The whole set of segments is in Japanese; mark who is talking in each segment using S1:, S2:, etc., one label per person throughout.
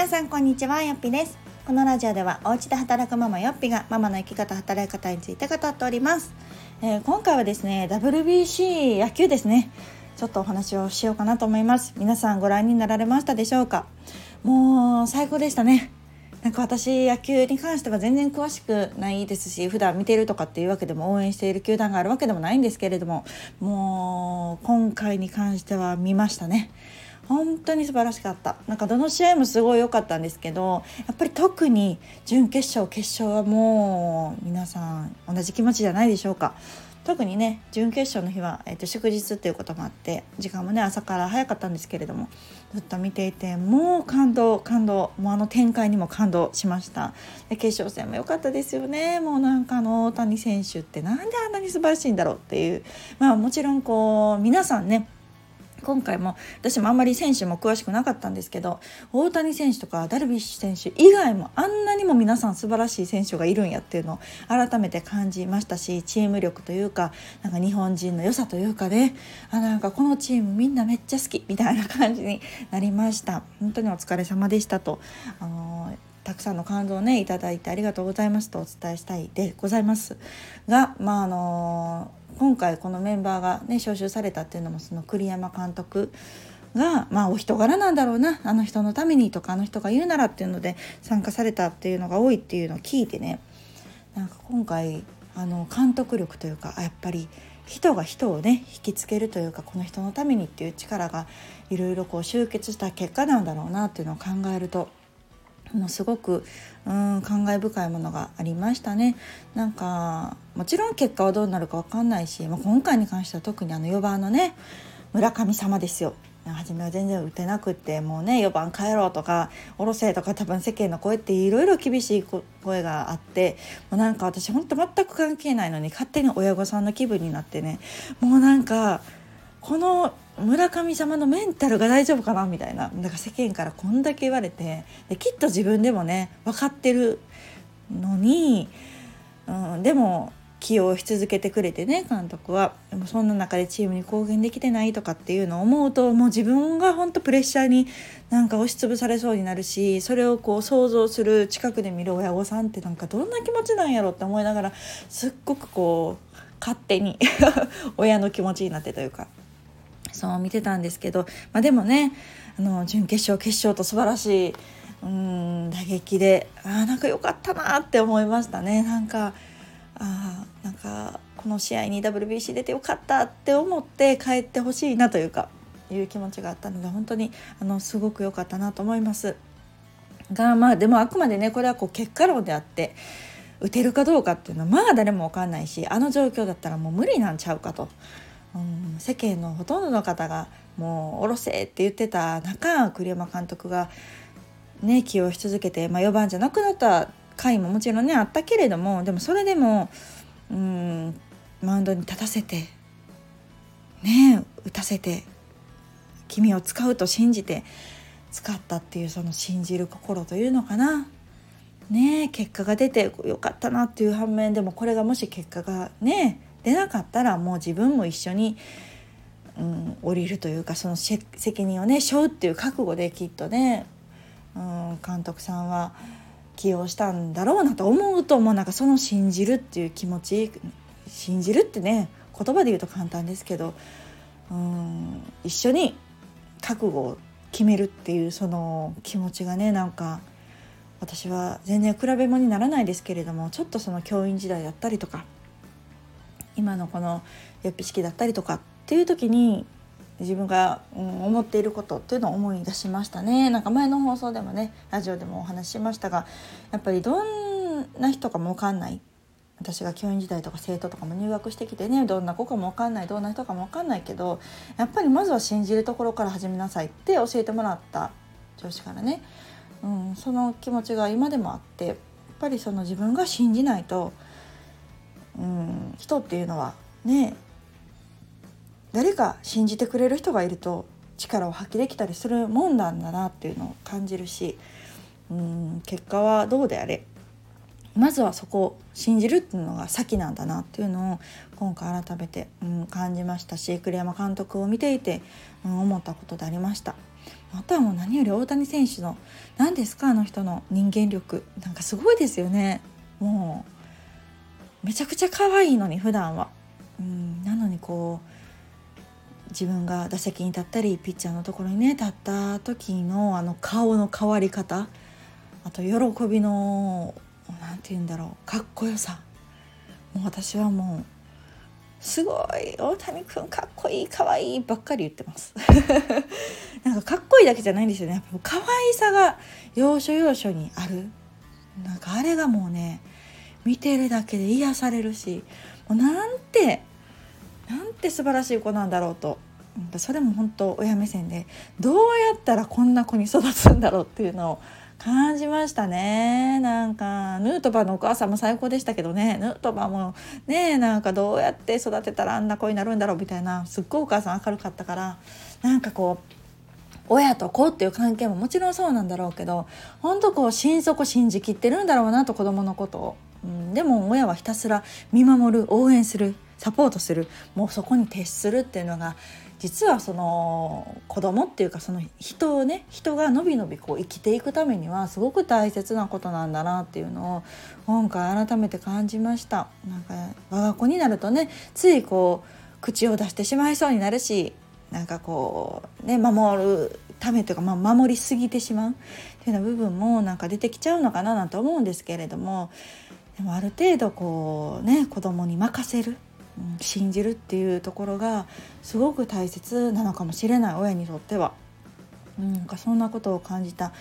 S1: 皆さんこんにちは、よっぴです。このラジオではお家で働くママよっぴがママの生き方働き方について語っております。今回はですね WBC 野球ですね、ちょっとお話をしようかなと思います。皆さんご覧になられましたでしょうか。もう最高でしたね。なんか私野球に関しては全然詳しくないですし、普段見ているとかっていうわけでも応援している球団があるわけでもないんですけれども、もう今回に関しては見ましたね。本当に素晴らしかった。なんかどの試合もすごい良かったんですけど、やっぱり特に準決勝決勝はもう皆さん同じ気持ちじゃないでしょうか。特にね準決勝の日は、祝日っていうこともあって時間もね朝から早かったんですけれども、ずっと見ていてもう感動、もうあの展開にも感動しました。で決勝戦も良かったですよね。もうなんか大谷選手ってなんであんなに素晴らしいんだろうっていう、もちろんこう皆さんね、今回も私もあんまり選手も詳しくなかったんですけど、大谷選手とかダルビッシュ選手以外もあんなにも皆さん素晴らしい選手がいるんやっていうのを改めて感じましたし、チーム力というか、なんか日本人の良さというかね、なんかこのチームみんなめっちゃ好きみたいな感じになりました。本当にお疲れ様でしたと、たくさんの感動をねいただいてありがとうございますとお伝えしたいでございますが、今回このメンバーがね招集されたっていうのも、その栗山監督がお人柄なんだろうな、あの人のためにとかあの人が言うならっていうので参加されたっていうのが多いっていうのを聞いてね、なんか今回監督力というか、やっぱり人が人をね引きつけるというか、この人のためにっていう力がいろいろこう集結した結果なんだろうなっていうのを考えると、すごく感慨深いものがありましたね。なんかもちろん結果はどうなるか分かんないし、今回に関しては特に4番のね村上様ですよ。初めは全然打てなくって、もうね4番帰ろうとか下ろせとか多分世間の声っていろいろ厳しい声があって、もうなんか私本当全く関係ないのに勝手に親御さんの気分になってね、もうなんかこの村上様のメンタルが大丈夫かなみたいな、だから世間からこんだけ言われて、できっと自分でもね分かってるのに、でも起用し続けてくれてね監督は。でもそんな中でチームに貢献できてないとかっていうのを思うと、もう自分が本当プレッシャーになんか押しつぶされそうになるし、それをこう想像する近くで見る親御さんってなんかどんな気持ちなんやろって思いながら、すっごくこう勝手に親の気持ちになってというか、そう見てたんですけど、でもね準決勝決勝と素晴らしい打撃で、なんか良かったなって思いましたね。なんかこの試合に WBC 出て良かったって思って帰ってほしいなという気持ちがあったので、本当にすごく良かったなと思いますが、でもあくまでねこれはこう結果論であって、打てるかどうかっていうのは誰も分かんないし、あの状況だったらもう無理なんちゃうかと、世間のほとんどの方がもう下ろせって言ってた中、栗山監督がね起用し続けて、4番じゃなくなった回ももちろんねあったけれども、でもそれでもマウンドに立たせてね打たせて、君を使うと信じて使ったっていう、その信じる心というのかなね、結果が出てよかったなっていう反面、でもこれがもし結果がね出なかったらもう自分も一緒に、降りるというか、その責任をね背負うっていう覚悟できっとね、監督さんは起用したんだろうなと思うと、もうなんかその信じるっていう気持ち、信じるってね言葉で言うと簡単ですけど、一緒に覚悟を決めるっていうその気持ちがね、なんか私は全然比べ物にならないですけれども、ちょっとその教員時代だったりとか今のこのよっぴ式だったりとかっていう時に自分が、思っていることっていうのを思い出しましたね。なんか前の放送でもねラジオでもお話ししましたが、やっぱりどんな人かも分かんない、私が教員時代とか生徒とかも入学してきてね、どんな子かも分かんない、どんな人かも分かんないけど、やっぱりまずは信じるところから始めなさいって教えてもらった上司からね、その気持ちが今でもあって、やっぱりその自分が信じないと、人っていうのはね、誰か信じてくれる人がいると力を発揮できたりするもんなんだなっていうのを感じるし、結果はどうであれまずはそこを信じるっていうのが先なんだなっていうのを今回改めて、感じましたし、栗山監督を見ていて、思ったことでありました。 あとはもう何より大谷選手の何ですか、あの人の人間力なんかすごいですよね。もうめちゃくちゃ可愛いのに普段は、なのにこう自分が打席に立ったりピッチャーのところにね立った時のあの顔の変わり方、あと喜びのなんて言うんだろう、かっこよさ、もう私はもうすごい大谷くんかっこいいかわいいばっかり言ってますなんかかっこいいだけじゃないんですよね。やっぱ可愛さが要所要所にある。なんかあれがもうね見てるだけで癒されるし、もうなんて素晴らしい子なんだろうと、それも本当親目線でどうやったらこんな子に育つんだろうっていうのを感じましたね。なんかヌートバーのお母さんも最高でしたけどね、ヌートバーもねなんかどうやって育てたらあんな子になるんだろうみたいな、すっごいお母さん明るかったから、なんかこう親と子っていう関係ももちろんそうなんだろうけど、本当こう心底信じきってるんだろうなと、子供のことを、でも親はひたすら見守る、応援する、サポートする、もうそこに徹するっていうのが、実はその子供っていうかその人がのびのびこう生きていくためにはすごく大切なことなんだなっていうのを今回改めて感じました。なんか我が子になるとね、ついこう口を出してしまいそうになるし、なんかこうね守るためというか、守りすぎてしまうっていうような部分もなんか出てきちゃうのかななんて思うんですけれども、でもある程度こうね子供に任せる、信じるっていうところがすごく大切なのかもしれない、親にとっては。なんかそんなことを感じた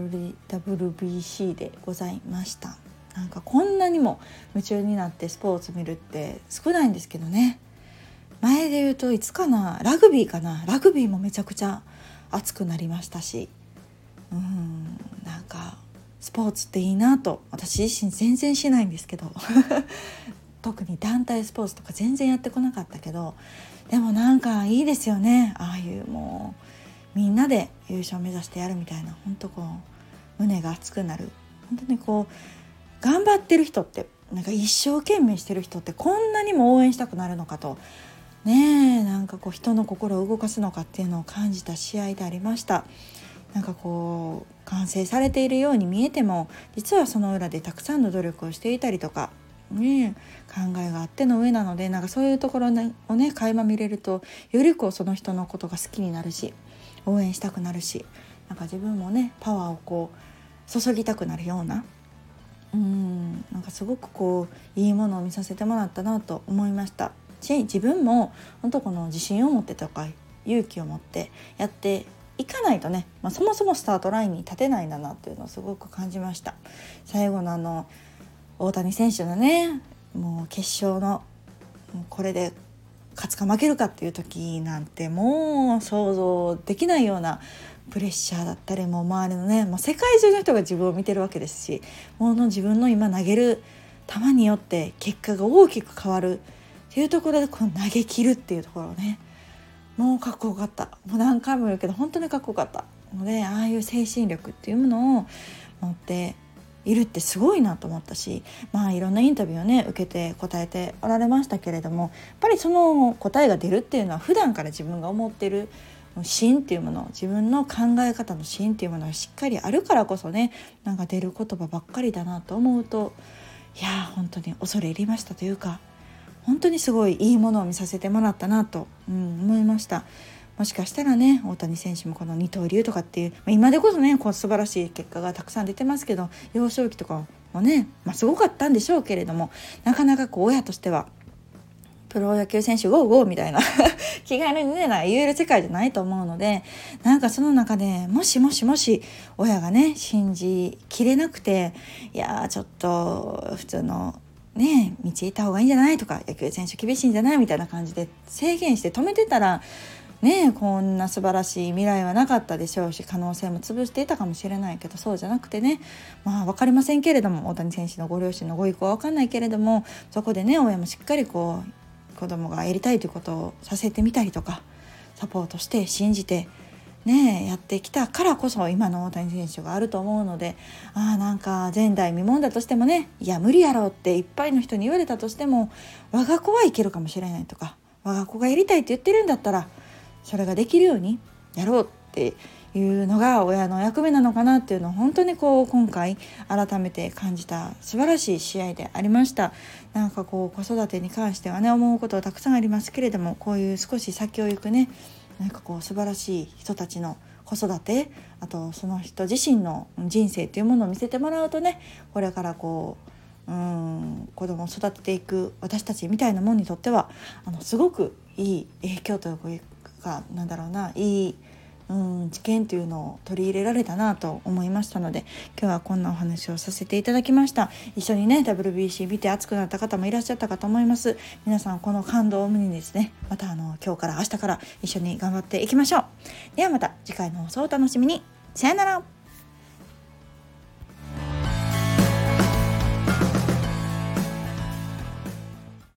S1: WBC でございました。なんかこんなにも夢中になってスポーツ見るって少ないんですけどね。前で言うといつかな、ラグビーもめちゃくちゃ熱くなりましたし、なんかスポーツっていいなと、私自身全然しないんですけど特に団体スポーツとか全然やってこなかったけど、でもなんかいいですよね。ああいうもうみんなで優勝目指してやるみたいな、本当こう胸が熱くなる。本当にこう頑張ってる人って、なんか一生懸命してる人ってこんなにも応援したくなるのかとね、なんかこう人の心を動かすのかっていうのを感じた試合でありました。なんかこう完成されているように見えても、実はその裏でたくさんの努力をしていたりとか、考えがあっての上なので、なんかそういうところをね垣間見れると、よりこうその人のことが好きになるし、応援したくなるし、なんか自分もねパワーをこう注ぎたくなるような、なんかすごくこういいものを見させてもらったなと思いましたし、自分も本当この自信を持ってとか勇気を持ってやっていかないとね、そもそもスタートラインに立てないんだなっていうのをすごく感じました。最後の大谷選手のね、もう決勝のこれで勝つか負けるかっていう時なんて、もう想像できないようなプレッシャーだったり、もう周りのね、もう世界中の人が自分を見てるわけですし、もう自分の今投げる球によって結果が大きく変わるっていうところで、この投げ切るっていうところをね、もうかっこよかった。もう何回も言うけど本当にかっこよかったので、ああいう精神力っていうものを持っているってすごいなと思ったし、いろんなインタビューをね受けて答えておられましたけれども、やっぱりその答えが出るっていうのは普段から自分が思ってる芯っていうもの、自分の考え方の芯っていうものがしっかりあるからこそね、なんか出る言葉ばっかりだなと思うと、いや本当に恐れ入りましたというか、本当にすごいいいものを見させてもらったなと、思いました。もしかしたらね、大谷選手もこの二刀流とかっていう、今でこそねこう素晴らしい結果がたくさん出てますけど、幼少期とかもね、すごかったんでしょうけれども、なかなかこう親としてはプロ野球選手ゴーゴーみたいな気軽にね言える世界じゃないと思うので、なんかその中でもし親がね信じきれなくて、いやちょっと普通のね道行った方がいいんじゃないとか、野球選手厳しいんじゃないみたいな感じで制限して止めてたらね、こんな素晴らしい未来はなかったでしょうし、可能性も潰していたかもしれないけど、そうじゃなくてね、分かりませんけれども、大谷選手のご両親のご意向は分かんないけれども、そこでね親もしっかりこう子供がやりたいということをさせてみたりとか、サポートして信じてねやってきたからこそ今の大谷選手があると思うので、なんか前代未聞だとしてもね、いや無理やろっていっぱいの人に言われたとしても、我が子はいけるかもしれないとか、我が子がやりたいって言ってるんだったらそれができるようにやろうっていうのが親の役目なのかなっていうのを本当にこう今回改めて感じた素晴らしい試合でありました。なんかこう子育てに関してはね思うことはたくさんありますけれども、こういう少し先を行くねなんかこう素晴らしい人たちの子育て、あとその人自身の人生っていうものを見せてもらうとね、これからこう子供を育てていく私たちみたいなもんにとってはすごくいい影響というかいい知見というのを取り入れられたなと思いましたので、今日はこんなお話をさせていただきました。一緒にね WBC 見て熱くなった方もいらっしゃったかと思います。皆さんこの感動を胸にですね、また今日から明日から一緒に頑張っていきましょう。ではまた次回の放送をお楽しみに。さよなら。